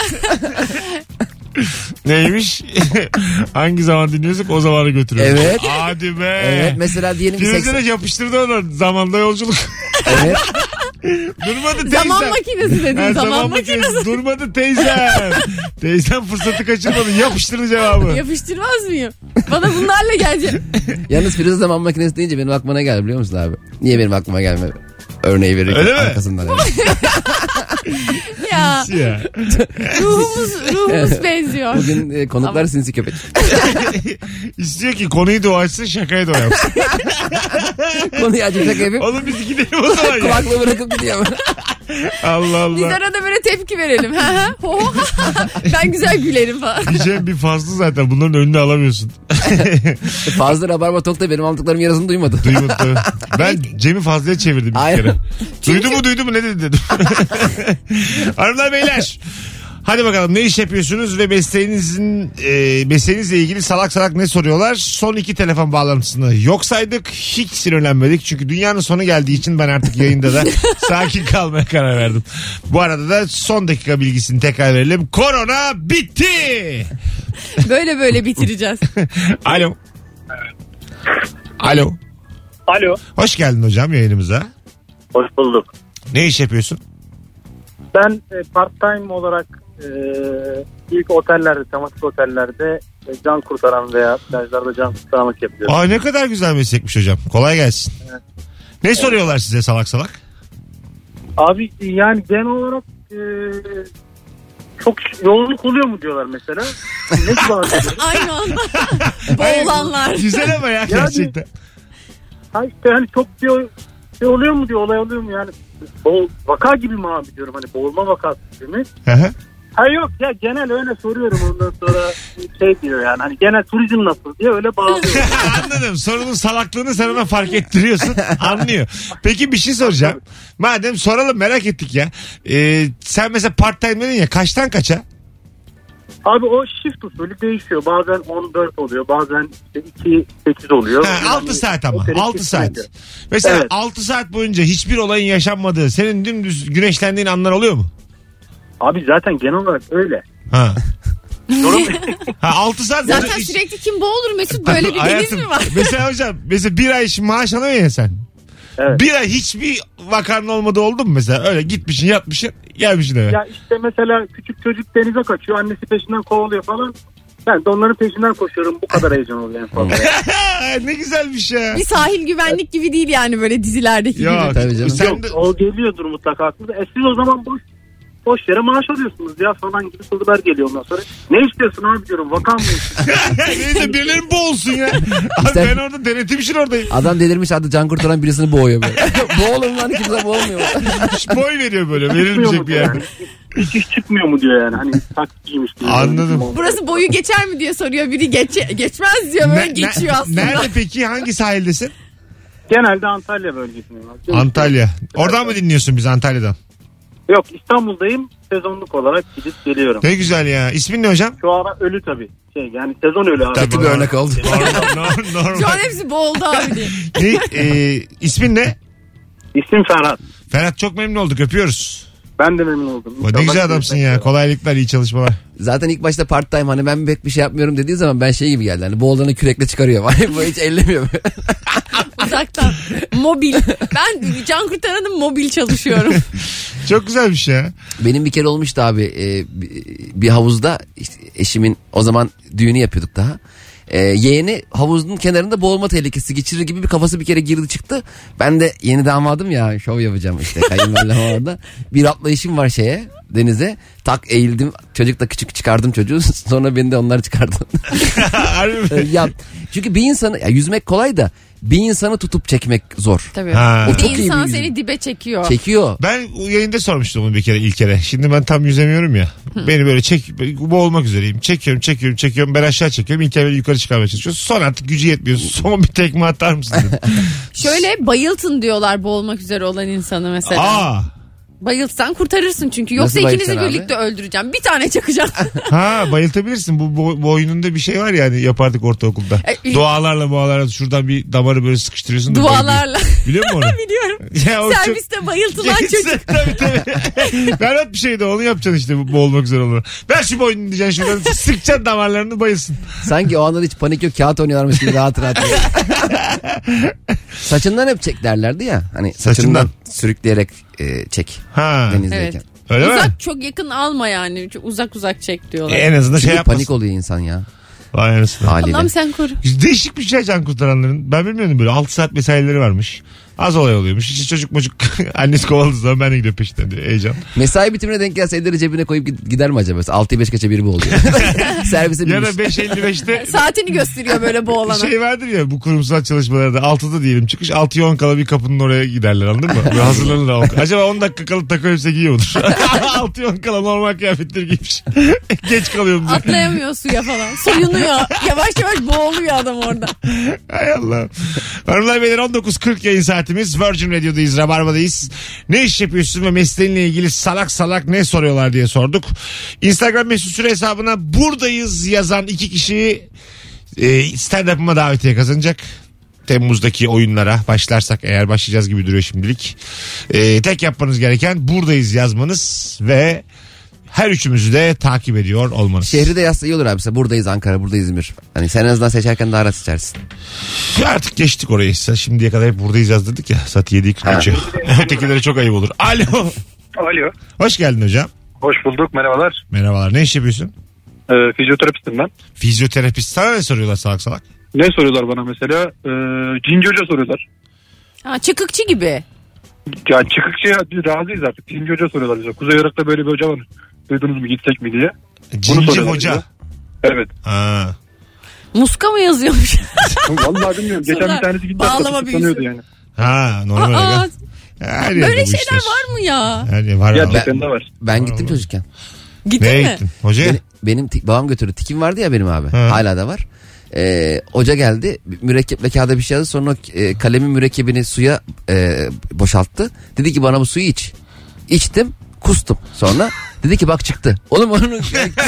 Neymiş? Hangi zaman dinliyorsak o zamanı götürüyor. Evet. Hadi be. Evet mesela diyelim ki Firuze de seksen. yapıştırdı ona zamanda yolculuk. Evet. Durmadı teyzem. Zaman makinesi dedin. Ha, zaman, makinesi. Durmadı teyzem. Teyzem fırsatı kaçırmadı. Yapıştırdı cevabı. Yapıştırmaz mıyım? Bana bunlarla gelecek. Yalnız Firuze zaman makinesi deyince benim aklıma ne geldi biliyor musun abi? Niye benim aklıma gelmedi? Örneği verirken Öyle mi? arkasından. Evet. Ya ya. ruhumuz ruhumuz benziyor. Bugün e, konuklar Ama- sinsi köpek. İstiyor ki konuyu da o açsın, şakayı da o yapsın. Konuyu açıp şaka yapayım. Oğlum biz gidelim o zaman ya. Kulaklığı bırakıp gidiyor. Allah Biz Allah. arada böyle tepki verelim. Ha, ha, ho, ho, ben güzel gülerim falan. Diyeceğim bir fazla zaten. Bunların önünü alamıyorsun. Fazla Rabarba Talk'ta benim aldıklarım yarısını duymadı. Duymadım. Ben Cem'i fazlaya çevirdim bir Aynen. kere. Duydu mu duydu mu ne dedi dedim. Hanımlar beyler. Hadi bakalım ne iş yapıyorsunuz ve mesleğinizin e, mesleğinizle ilgili salak salak ne soruyorlar? Son iki telefon bağlantısını yok saydık. Hiç sinirlenmedik. Çünkü dünyanın sonu geldiği için ben artık yayında da sakin kalmaya karar verdim. Bu arada da son dakika bilgisini tekrar verelim. Korona bitti. Böyle böyle bitireceğiz. Alo. Alo. Alo. Hoş geldin hocam yayınımıza. Hoş bulduk. Ne iş yapıyorsun? Ben e, part time olarak e, ilk otellerde, tematik otellerde e, can kurtaran veya plajlarda can kurtaranlık yapıyorum. Aa, ne kadar güzel meslekmiş hocam. Kolay gelsin. Evet. Ne evet. soruyorlar size salak salak? Abi yani genel olarak e, çok yoğunluk oluyor mu diyorlar mesela. Ne gibi anlıyorlar? Aynı anda. Boğulanlar. Güzel ama ya gerçekten. Ha işte hani çok diyor şey oluyor mu diyor, olay oluyor mu yani. Boğul, vaka gibi mi abi diyorum, hani boğulma vakası gibi mi? Hı hı. Ha yok ya, genel öyle soruyorum, ondan sonra şey diyor yani hani genel turizm nasıl diye öyle bağlıyor. Anladım, sorunun salaklığını sen ona fark ettiriyorsun, anlıyor. Peki bir şey soracağım, madem soralım, merak ettik ya. Ee, sen mesela part time dedin ya, kaçtan kaça? Abi o shift usulü değişiyor, bazen on dört oluyor, bazen işte iki sekiz oluyor. Ha, altı yani saat ama altı saat. Ediyor. Mesela evet. altı saat boyunca hiçbir olayın yaşanmadığı, senin dümdüz güneşlendiğin anlar oluyor mu? Abi zaten genel olarak öyle. Ha. Ha, altı saat zaten boyunca... sürekli kim boğulur Mesut, böyle bir deniz mi var? Mesela hocam, mesela bir ay şimdi maaş alamıyorsun sen. Evet. Bir ay hiçbir vakanın olmadığı oldu mu mesela? Öyle gitmişsin, yatmışsın, gelmişsin eve. Ya işte mesela küçük çocuk denize kaçıyor, annesi peşinden kovalıyor falan. Ben de onların peşinden koşuyorum. Bu kadar heyecan oluyor en fazla. Ne güzelmiş ya. Bir sahil güvenlik gibi değil yani, böyle dizilerdeki Yok, gibi. Tabii canım. Sen Yok, de... o geliyordur mutlaka aklınıza. E siz o zaman boş boş yere maaş alıyorsunuz ya falan gibi sorular geliyor ondan sonra. Ne istiyorsun abi diyorum, vakan mı istiyorsun? Neyse, birileri boğulsun ya. Abi İşte... ben orada denetim için oradayım. Adam delirmiş, adı can kurtaran birisini boğuyor böyle. Boğulun lan, kimse boğulmuyor. Boy veriyor böyle, verilmeyecek bir yer. Yani? Hiç iş çıkmıyor mu diyor yani, hani taksiciymiş diyor. Anladım. Burası boyu geçer mi diye soruyor biri, geçe, geçmez diyor, böyle Ne- geçiyor ne- aslında. Nerede peki, hangi sahildesin? Genelde Antalya bölgesinde. Antalya. Oradan mı dinliyorsun biz, Antalya'dan? Yok, İstanbul'dayım, sezonluk olarak gidip geliyorum. Ne güzel ya. İsmin ne hocam? Şu ara ölü tabii. Şey yani sezon ölü abi. Kötü bir örnek oldu. Normal. normal. Şu an hepsi boğuldu abi diye. Ne, e, ismin ne? İsim Ferhat. Ferhat, çok memnun olduk, öpüyoruz. Ben de memnun oldum. O ne güzel adamsın ya. Kolaylıklar, iyi çalışmalar. Zaten ilk başta part time, hani ben pek bir şey yapmıyorum dediği zaman ben şey gibi geldi. Hani boğulanı kürekle çıkarıyor. Bu hiç ellemiyor. Uzaktan. Mobil. Ben can kurtaranım, mobil çalışıyorum. Çok güzelmiş ya. Benim bir kere olmuştu abi, e, bir havuzda işte eşimin o zaman düğünü yapıyorduk daha. E, yeğeni havuzun kenarında boğulma tehlikesi geçirir gibi bir kafası bir kere girdi çıktı. Ben de yeni damadım ya, şov yapacağım işte kayınvalidem orada. Bir atlayışım var şeye, denize. Tak eğildim, çocuk da küçük, çıkardım çocuğu. Sonra beni de onlar çıkardı. ya, çünkü bir insanı, ya yüzmek kolay da bir insanı tutup çekmek zor. Tabii. Ha. Bir O çok iyi insan bir seni yüzüm. dibe çekiyor. Çekiyor. Ben yayında sormuştum onu bir kere, ilk kere. Şimdi ben tam yüzemiyorum ya. Beni böyle çek, boğulmak üzereyim. Çekiyorum, çekiyorum, çekiyorum. Ben aşağı çekiyorum. İlk kere yukarı çıkarmaya çalışıyorum. Son artık gücü yetmiyor. Son bir tekme atar mısın dedim. Şöyle bayıltın diyorlar boğulmak üzere olan insanı mesela. Aa. Bayıltsan kurtarırsın çünkü. Yoksa Nasıl ikinizi bayıltacaksın birlikte öldüreceğim. Bir tane çakacağım. Ha, bayıltabilirsin. Bu bo- boynunda bir şey var yani, yapardık ortaokulda. E, Dualarla mualarla şuradan bir damarı böyle sıkıştırıyorsun. da Dualarla. bayılıyor. Biliyor musun onu? Biliyorum. Ya o çok- Serviste bayıltılan çocuk. tabii tabii. Berbat bir şeydi, onu yapacaksın işte, bu boğulmak üzere olur. Ver şu boynunu diyeceksin, şuradan sıkacaksın damarlarını, bayılsın. Sanki o anda hiç panik yok, kağıt oynuyorlarmış gibi rahat rahat. Saçından hep çek derlerdi ya. Hani saçından, Saçından. sürükleyerek e, çek Ha. denizdeyken. Evet. Öyle uzak mi? çok yakın alma yani. Çok uzak uzak çek diyorlar. E, en azından Çünkü şey yapmasın. panik oluyor insan ya. Vay anasını. Haliyle. Allah'ım sen koru. Değişik bir şey can kurtaranların. Ben bilmiyordum, böyle altı saat mesaileri varmış. Az olay oluyormuş. Hiç çocuk mocuk annesi kovaladığı zaman ben de gidiyorum peşinden diyor. Heyecan. Mesai bitimine denk gelse elleri cebine koyup gider mi acaba? altı beş geçe biri mi oluyor? Servise Ya binmiş. da beş elli beşte Saatini gösteriyor böyle bu olana. şey vardır ya bu kurumsal çalışmalarda altıda diyelim çıkış altıya on kala bir kapının oraya giderler anladın mı? Böyle hazırlanır on. Acaba on dakika kalıp takı elbise giyiyor mudur? altıya on kala normal kıyafetleri giymiş. Geç kalıyorum diye. Atlayamıyor suya falan. Soyunuyor. Yavaş yavaş boğuluyor adam orada. Hay Allah. Hanımlar beyler on dokuz kırk yayın saatimiz. Virgin Radio'dayız. Rabarba'dayız. Ne iş yapıyorsun ve mesleğinle ilgili salak salak ne soruyorlar diye sorduk. Instagram mesut süre hesabına buradayız yazan iki kişi e, stand-up'ıma davetiye kazanacak. Temmuz'daki oyunlara başlarsak eğer başlayacağız gibi duruyor şimdilik. E, tek yapmanız gereken buradayız yazmanız ve her üçümüzü de takip ediyor olmanız. Şehri de yazsa iyi olur abi. Mesela buradayız Ankara, buradayız İzmir. Hani sen en azından seçerken daha rahat seçersin. Ya artık geçtik orayı. Şimdiye kadar hep buradayız yazdırdık ya. Saat yedi kırk üç. Ötekilere çok ayıp olur. Alo. Alo. Hoş geldin hocam. Hoş bulduk. Merhabalar. Merhabalar. Ne iş yapıyorsun? Ee, fizyoterapistim ben. Fizyoterapist. Sana ne soruyorlar salak salak? Ne soruyorlar bana mesela? Ee, Cinci Hoca soruyorlar. Ha, çıkıkçı gibi. Ya çıkıkçıya biz razıyız artık. Cinci Hoca soruyorlar bize. Kuzey Irak'ta böyle bir hoca var. Duydunuz mu gitsek mi diye. Cinci soruyorlar hoca. bize. Evet. Ha. Muska mı yazıyormuş? Vallahi bilmiyorum. Geçen Sonra bir tanesi gitti. bağlama büyüsü. Yani. Ha normal. Aa, Her yerde böyle bu şeyler işler. var mı ya? Her yer var. Gerçekten abi. de var. Ben gittim çocukken. Gittin Neye mi? gittin? Hocaya? Benim, benim tik- babam götürdü. Tikim vardı ya benim abi. Ha. Hala da var. Ee, hoca geldi. Mürekkeple kağıda bir şey yazdı. Sonra e, kalemin mürekkebini suya e, boşalttı. Dedi ki bana bu suyu iç. İçtim. Kustum. Sonra dedi ki bak çıktı. Oğlum onun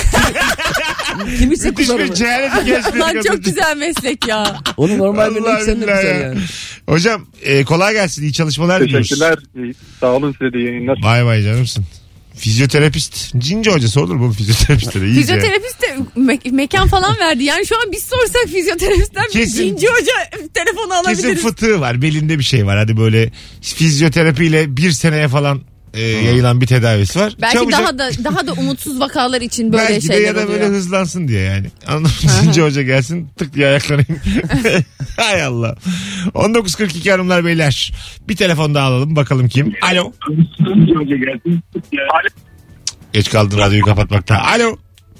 kim içse Müthiş kusar bir onu. cehaleti geçmiş. Lan çok güzel meslek ya. Onu normal bir Allah içsen de billahi kusar ya. yani. Hocam e, kolay gelsin. İyi çalışmalar diliyoruz. Teşekkürler. Sağ olun, size de yayınlar. Vay vay canımsın. Fizyoterapist. Cinci hocası olur mu bu fizyoterapiste de? İyiyiz yani. Fizyoterapist de me- mekan falan verdi. Yani şu an biz sorsak fizyoterapisten Kesin- Cinci Hoca telefonu Kesin alabiliriz. fıtığı var. Belinde bir şey var. Hadi böyle fizyoterapiyle bir seneye falan e, yayılan bir tedavisi var. Belki Çabucak- daha da daha da umutsuz vakalar için böyle Belki de şeyler ya da oluyor. böyle hızlansın diye yani. Anladın mı? Cinci hoca gelsin tık diye ayaklanayım. Hay Allah. on dokuz kırk iki hanımlar beyler. Bir telefon daha alalım bakalım kim? Alo. Geç kaldın radyoyu kapatmakta. Alo.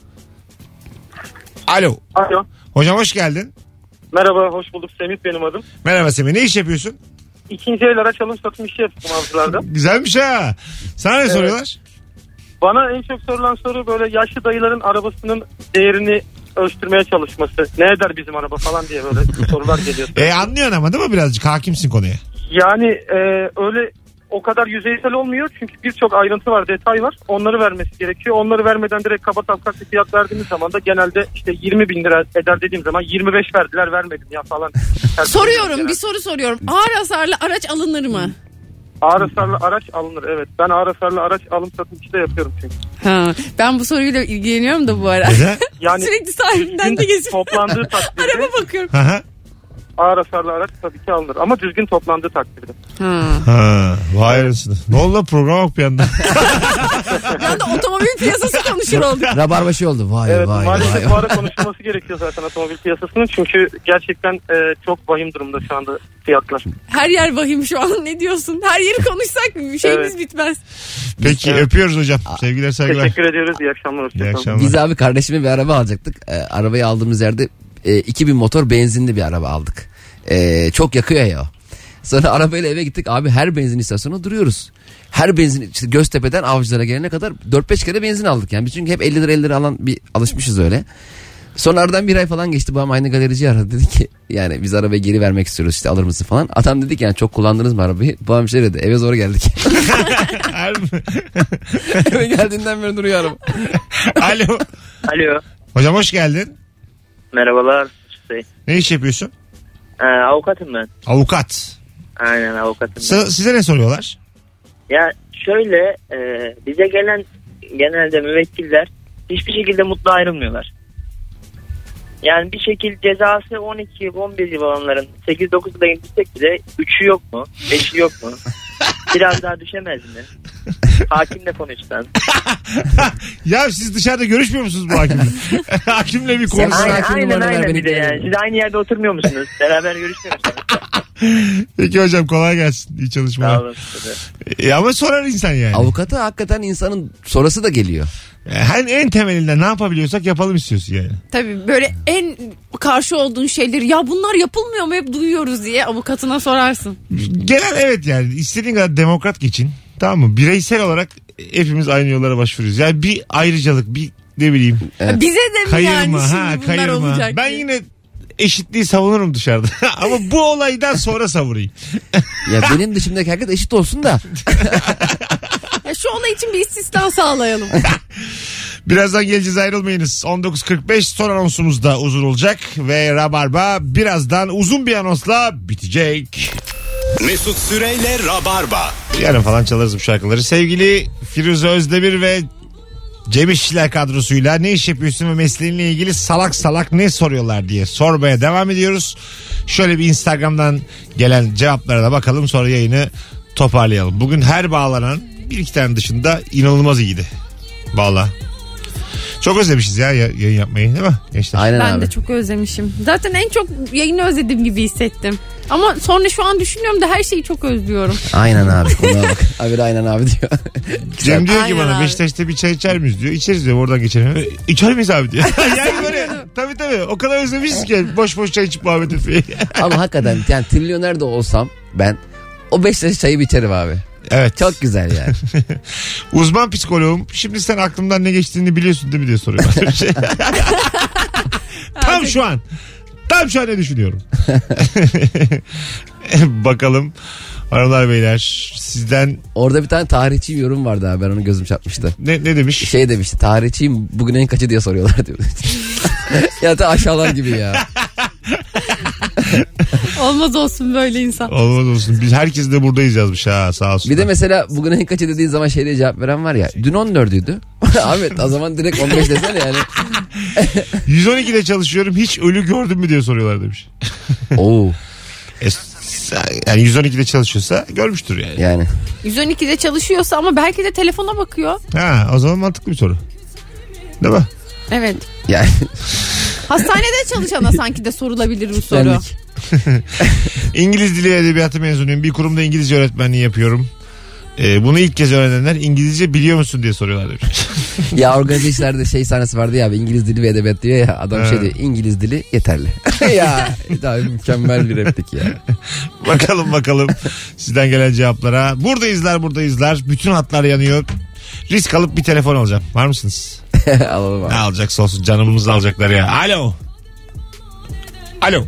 Alo. Alo. Hocam hoş geldin. Merhaba, hoş bulduk. Semih benim adım. Merhaba Semih. Ne iş yapıyorsun? İkinci el araç alım satım işi yaptım avcılarda. Güzelmiş ha. Sana ne Evet. soruyorlar? Bana en çok sorulan soru böyle yaşlı dayıların arabasının değerini ölçtürmeye çalışması. Ne eder bizim araba falan diye böyle sorular geliyor. E anlıyorsun ama değil mi birazcık? Hakimsin konuya. Yani e, öyle o kadar yüzeysel olmuyor çünkü birçok ayrıntı var, detay var. Onları vermesi gerekiyor. Onları vermeden direkt kaba taslak bir fiyat verdiğimiz zaman da genelde işte yirmi bin lira eder dediğim zaman yirmi beş verdiler, vermedim ya falan. Soruyorum, bir soru soruyorum. Ağır hasarlı araç alınır mı? Ağır hasarlı araç alınır, evet. Ben ağır hasarlı araç alım satım işi de yapıyorum çünkü. Ha, ben bu soruyla ilgileniyorum da bu ara. Neden? Yani Sürekli sahibinden de gezip toplandığı takdirde araba bakıyorum. Aha. ağır hasarlı araç tabii ki alınır. Ama düzgün toplandığı takdirde. Ha. Ha, vay arasını. Ne oldu lan program bak bir anda. Bir anda otomobil piyasası konuşur olduk. Rabarba şey oldu. Vay Evet, vay maalesef vay. bu ara konuşulması gerekiyor zaten otomobil piyasasının. Çünkü gerçekten e, çok vahim durumda şu anda fiyatlar. Her yer vahim şu an, ne diyorsun? Her yeri konuşsak bir şeyimiz Evet. bitmez. Peki Evet. öpüyoruz hocam. Sevgiler saygılar. Teşekkür ediyoruz. İyi akşamlar. İyi Hoşçakalın. akşamlar. Biz abi kardeşime bir araba alacaktık. Ee, arabayı aldığımız yerde e, iki bin motor benzinli bir araba aldık. E, çok yakıyor ya o. Sonra arabayla eve gittik abi, her benzin istasyonuna duruyoruz. Her benzin işte Göztepe'den Avcılar'a gelene kadar dört beş kere benzin aldık yani. Biz çünkü hep elli lira elli lira alan bir alışmışız öyle. Sonra aradan bir ay falan geçti, babam aynı galericiyi aradı, dedi ki yani biz arabayı geri vermek istiyoruz, işte alır mısın falan. Adam dedi ki yani çok kullandınız mı arabayı? Babam şey dedi, eve zor geldik. Eve geldiğinden beri duruyor araba. Alo. Alo. Hocam hoş geldin. Merhabalar. Şey, Ne iş yapıyorsun? e, avukatım ben. Avukat. Aynen avukatım ben. S- size ne soruyorlar? Ya şöyle e, bize gelen genelde müvekkiller hiçbir şekilde mutlu ayrılmıyorlar. Yani bir şekilde cezası on iki on bir yıl olanların sekiz dokuz yıla gitsek bile üçü yok mu? beşi yok mu? Biraz daha düşemez mi? Hakimle konuşsan. Ya siz dışarıda görüşmüyor musunuz bu hakimle? Hakimle bir konuşun. Aynen hakim aynen, numara ver, aynen beni bir de yani. dinleyelim. Siz aynı yerde oturmuyor musunuz? Beraber görüşmüyor musunuz? Peki hocam kolay gelsin. İyi çalışmalar. Sağ olun. E, ama sorar insan yani. Avukata hakikaten insanın sonrası da geliyor. En, en temelinden ne yapabiliyorsak yapalım istiyorsun yani. Tabii böyle en karşı olduğun şeyleri ya bunlar yapılmıyor mu hep duyuyoruz diye avukatına sorarsın. Genel evet yani istediğin kadar demokrat geçin. Tamam mı? Bireysel olarak hepimiz aynı yollara başvuruyoruz. Yani bir ayrıcalık, bir ne bileyim. Evet. Bize de mi kayırma, yani şimdi ha, bunlar kayırma. olacak Ben diye. yine eşitliği savunurum dışarıda. Ama bu olaydan sonra savurayım. Ya benim dışımdaki herkes eşit olsun da. Ya şu olay için bir istisna sağlayalım. Birazdan geleceğiz, ayrılmayınız. on dokuz kırk beş son anonsumuz da uzun olacak. Ve Rabarba birazdan uzun bir anonsla bitecek. Mesut Süreyle Rabarba. Yarın falan çalarız bu şarkıları. Sevgili Firuze Özdemir ve Cem İşçiler kadrosuyla ne iş yapıyorsun ve mesleğinle ilgili salak salak ne soruyorlar diye sormaya devam ediyoruz. Şöyle bir Instagram'dan gelen cevaplara da bakalım, sonra yayını toparlayalım. Bugün her bağlanan bir iki tane dışında inanılmaz iyiydi. Valla. Çok özlemişiz ya yayın yapmayı, değil mi gençler? Aynen Ben abi. de çok özlemişim. Zaten en çok yayını özlediğim gibi hissettim. Ama sonra şu an düşünüyorum da her şeyi çok özlüyorum. Aynen abi. Konuya bak. Abi aynen abi diyor. Cem diyor ki Aynen bana abi. Beşiktaş'ta bir çay içer miyiz diyor. İçeriz diyor, oradan geçelim. E, İçer miyiz abi diyor. Yani böyle tabii tabii o kadar özlemişiz ki boş boş çay içip muhabbet etmeyi. Ama hakikaten yani trilyoner de olsam ben o Beşiktaş çayı bir içerim abi. Evet. Çok güzel yani. Uzman psikoloğum, şimdi sen aklımdan ne geçtiğini biliyorsun değil mi diye soruyor. Tam şu an. Tam şu an ne düşünüyorum. Bakalım hanımlar beyler sizden. Orada bir tane tarihçi yorum vardı abi, ben onu gözüm çarpmıştı. Ne, ne demiş? Şey demişti, tarihçiyim bugün en kaçı diye soruyorlar diyor. Ya da aşağılar gibi ya. Olmaz olsun böyle insan. Olmaz olsun. Biz herkes de buradayız yazmış ha, sağ olsun. Bir de mesela bugün en kaçı dediğin zaman şey diye cevap veren var ya. Dün on dördüydü. Ahmet o zaman direkt on beş desene yani. yüz on ikide çalışıyorum, hiç ölü gördün mü diye soruyorlar demiş. Oo. E, yani yüz on ikide çalışıyorsa görmüştür yani. Yani. yüz on ikide çalışıyorsa ama belki de telefona bakıyor. Ha, o zaman mantıklı bir soru. Değil mi? Evet. Yani. Hastanede çalışana sanki de sorulabilir bu soru. Benlik. İngiliz dili ve edebiyatı mezunuyum. Bir kurumda İngilizce öğretmenliği yapıyorum. Ee, bunu ilk kez öğrenenler İngilizce biliyor musun diye soruyorlar demiş. Ya organize işlerde şey sahnesi vardı ya abi, İngiliz dili ve edebiyat diyor ya, adam Ha. şey diyor, İngiliz dili yeterli. Ya daha mükemmel bir replik ya. Bakalım bakalım sizden gelen cevaplara. Buradayızlar buradayızlar. Bütün hatlar yanıyor. Risk alıp bir telefon alacağım. Var mısınız? Alalım abi. Ne alacaksa olsun, canımızı alacaklar ya. Alo. Alo.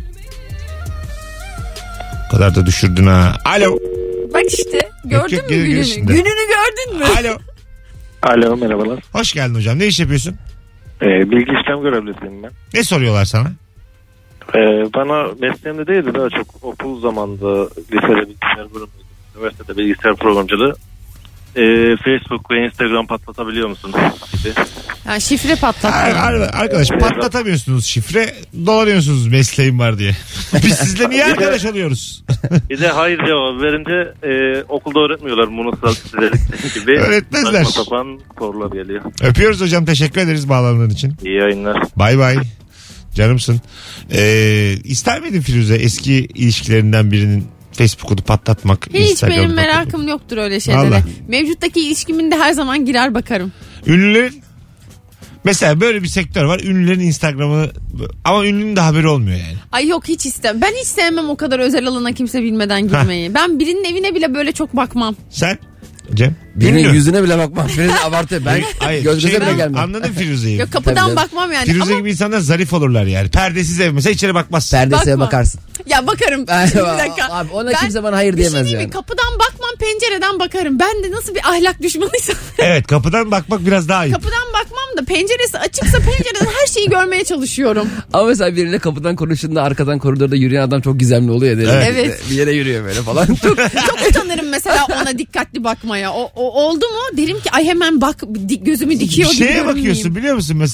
O kadar da düşürdün ha. Alo. Bak işte gördün yok, mü geliyor gününü? şimdi. Gününü gördün mü? Alo. Alo, merhabalar. Hoş geldin hocam. Ne iş yapıyorsun? Ee, bilgi işlem görevlisiyim ben. Ne soruyorlar sana? Ee, bana mesleğimde değil de daha çok okul zamanında lisede bilgisayar programcılığı, üniversitede bilgisayar programcılığı. Ee, Facebook ve Instagram patlatabiliyor musun gibi. Ha, şifre patlattı. Ar- ar- arkadaş patlatamıyorsunuz şifre, dolanıyorsunuz mesleğim var diye. Biz sizle niye arkadaş oluyoruz? Bir de hayır cevabı verince e, okulda öğretmiyorlar bunu sizlerik gibi. Öğretmezler. Saçma sapan sorular geliyor. Öpüyoruz hocam, teşekkür ederiz bağlandığın için. İyi yayınlar. Bay bay. Canımsın. Ee, ister miydin Firuze eski ilişkilerinden birinin Facebook'unu patlatmak? Hiç Instagram'ı benim patlatmak? merakım yoktur öyle şeylere. Vallahi. Mevcuttaki ilişkimin de her zaman girer bakarım. Ünlülerin mesela böyle bir sektör var. Ünlülerin Instagram'ı, ama ünlünün de haberi olmuyor yani. Ay yok, hiç istemem. Ben hiç sevmem o kadar özel alana kimse bilmeden girmeyi. Ben birinin evine bile böyle çok bakmam. Sen Cem? Birinin Ünlü. yüzüne bile bakmam. Firuze abartı. Ben Hayır, göz göze şey- bile gelmem. Anladın Firuze'yi. Yok, kapıdan Tabii. bakmam yani. Firuze Ama gibi insanlar zarif olurlar yani. Perdesiz ev mesela, içeri bakmaz. Perdesine Bakma. bakarsın. ya bakarım. Ay, bir dakika. abi ona Ben kimse bana hayır bir şey diyemez diyeyim mi? yani. Kapıdan bakmam, pencereden bakarım. Ben de nasıl bir ahlak düşmanıysam. Evet, kapıdan bakmak biraz daha iyi. Kapıdan bakmam da penceresi açıksa pencereden her şeyi görmeye çalışıyorum. Ama mesela biriyle kapıdan konuştuğunda arkadan koridorda yürüyen adam çok gizemli oluyor ya. Evet. Evet. Bir yere yürüyor böyle falan. Çok Çok utanırım mesela ona dikkatli bakmaya. O, o oldu mu derim ki ay hemen bak, di- gözümü dikiyor Bir gibi şeye görünmeyeyim. bakıyorsun biliyor musun? Mesela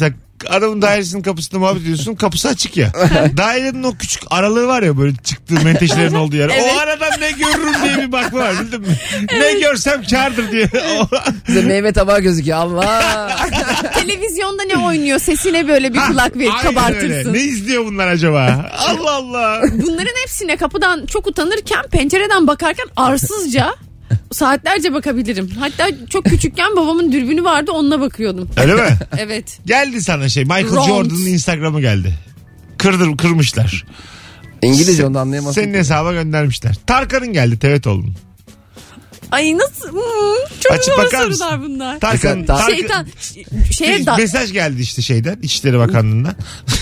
adamın dairesinin kapısında muhabbet ediyorsun. Kapısı açık ya. Dairenin o küçük aralığı var ya böyle çıktığı menteşelerin olduğu yer. Evet. O aradan ne görürüm diye bir bakma var bildin mi? Ne görsem kârdır diye. Bize meyve tabağı gözüküyor Allah. Televizyonda ne oynuyor sesine böyle bir kulak verip Aynen kabartırsın. öyle. Ne izliyor bunlar acaba? Allah Allah. Bunların hepsine kapıdan çok utanırken pencereden bakarken arsızca saatlerce bakabilirim. Hatta çok küçükken babamın dürbünü vardı, onunla bakıyordum. Öyle mi? Evet. Geldi sana şey Michael Rond. Jordan'ın Instagram'ı geldi. Kırdır, kırmışlar. İngilizce onu anlayamazsın. Senin hesaba göndermişler. Tarkan'ın geldi Tevetoğlu'nun. Ay nasıl? Hmm, çok Açıp zor bakar mısın? sorular bunlar. Tarkan, Mesela Tarkan- Şeytan şeye da mesaj geldi işte şeyden İçişleri Bakanlığı'ndan.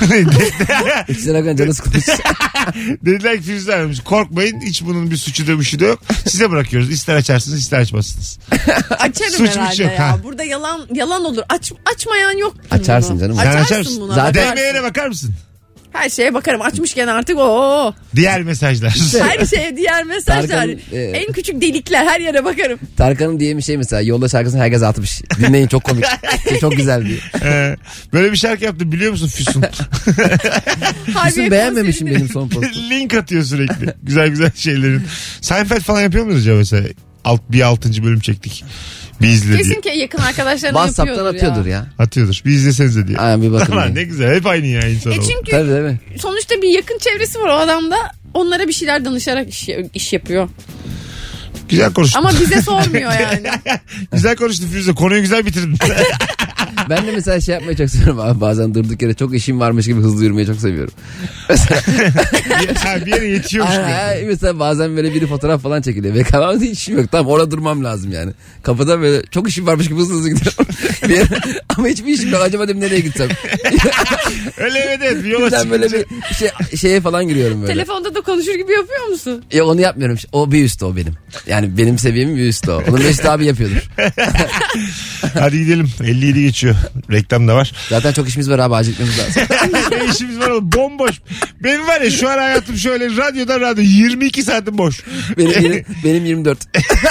İçişleri Bakanı canı sıkılmış. Dediler ki Firuze Hanım korkmayın hiç bunun bir suçu da bir şey de yok. Size bırakıyoruz. İster açarsınız ister açmazsınız. açarım Suç herhalde muç yok, ya. ha. Burada yalan yalan olur. Aç, açmayan yok. Açarsın canım. Sen Açarsın açarsın. buna. Zaten- bakarsın. D M'ye bakar mısın? Her şeye bakarım. Açmışken artık o. Diğer mesajlar. Her şeye diğer mesajlar. Tarkan'ın, e- En küçük delikler her yere bakarım. Tarkan'ın diye bir şey mesela yolda şarkısını herkes atmış. Dinleyin çok komik. çok güzel diyor. Ee, böyle bir şarkı yaptım biliyor musun Füsun? Harbiye Füsun beğenmemişim konserinde- benim son postu. Link atıyor sürekli. Güzel güzel şeylerin. Seinfeld falan yapıyor muyuz acaba mesela? Alt, bir altıncı bölüm çektik. Bir izle diye. Kesin ki yakın arkadaşlarına WhatsApp'tan yapıyordur atıyordur ya. ya. Atıyordur. Bir izlesenize diye. Aynen bir bakın. Ulan diye. ne güzel. Hep aynı ya insan E olarak. çünkü Tabii değil mi? sonuçta bir yakın çevresi var o adamda. Onlara bir şeyler danışarak iş, iş yapıyor. Güzel konuştun. Ama bize sormuyor yani. Güzel konuştun Firuze. Konuyu güzel bitirdin. Ben de mesela şey yapmayı çok seviyorum abi. Bazen durduk yere çok işim varmış gibi hızlı yürümeyi çok seviyorum. Mesela, ha, bir yere yetiyormuş gibi. Aa, mesela bazen böyle biri fotoğraf falan çekiliyor. Ve kafamda hiç işim yok. Tamam orada durmam lazım yani. Kapıda böyle çok işim varmış gibi hızlı hızlı gidiyorum. Bir yere- ama hiçbir işim yok. Acaba dedim nereye gitsem? Öyle evet evet. Bir yola Birden böyle çıkınca. bir şey, şeye falan giriyorum böyle. Telefonda da konuşur gibi yapıyor musun? Yok onu yapmıyorum. O bir üstü o benim. Yani benim seviyemin bir üstü o. Onu Mesut abi yapıyordur. Hadi gidelim. elli yedi geçiyor. Reklam da var. Zaten çok işimiz var abi acil gitmemiz lazım. Ne işimiz var oğlum? Bomboş. Benim var ya şu an hayatım şöyle radyodan radyo. yirmi iki saatim boş. Benim, yirmi- benim yirmi dört.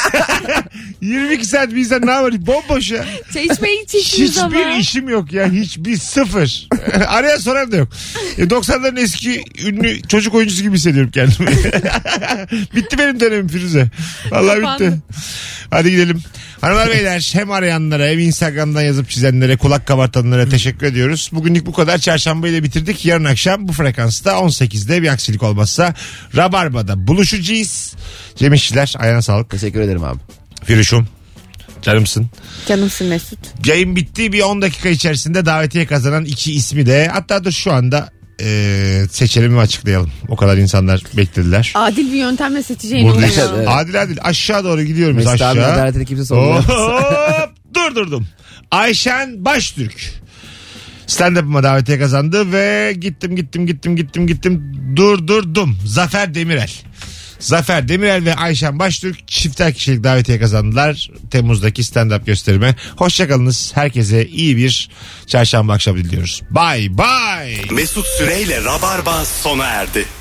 yirmi iki saat bir insan ne var? Bomboş ya. Çay içmeye gideceksiniz ama. Hiçbir işim yok ya. Hiçbir sıfır. Arayan soran da yok. E, doksanların eski ünlü çocuk oyuncusu gibi hissediyorum kendimi. Bitti benim dönemim Firuze. Vallahi bitti. Kapandı. Hadi gidelim. Hanımlar beyler hem arayanlara hem Instagram'dan yazıp çizenlere kulak kabartanlara teşekkür ediyoruz. Bugünlük bu kadar. Çarşambayı da bitirdik. Yarın akşam bu frekansta on sekizde bir aksilik olmazsa Rabarba'da buluşacağız. Cem İşçiler ayağına sağlık. Teşekkür ederim abi. Firuşum canımsın. Canımsın Mesut. Yayın bittiği bir on dakika içerisinde davetiye kazanan iki ismi de hatta dur şu anda e, seçelim ve açıklayalım. O kadar insanlar beklediler. Adil bir yöntemle seçeceğin Buradayız. oluyor. Evet. Adil adil aşağı doğru gidiyoruz Mesut abi aşağı. adaletini kimse sormuyor. Hop durdurdum. Ayşen Baştürk. Stand-up'ıma davetiye kazandı ve gittim gittim gittim gittim gittim durdurdum. Zafer Demirel. Zafer Demirel ve Ayşen Baştürk çifter kişilik davetiye kazandılar Temmuz'daki stand-up gösterime. Hoşçakalınız. Herkese iyi bir çarşamba akşamı diliyoruz. Bye bye. Mesut Süreyle Rabarba sona erdi.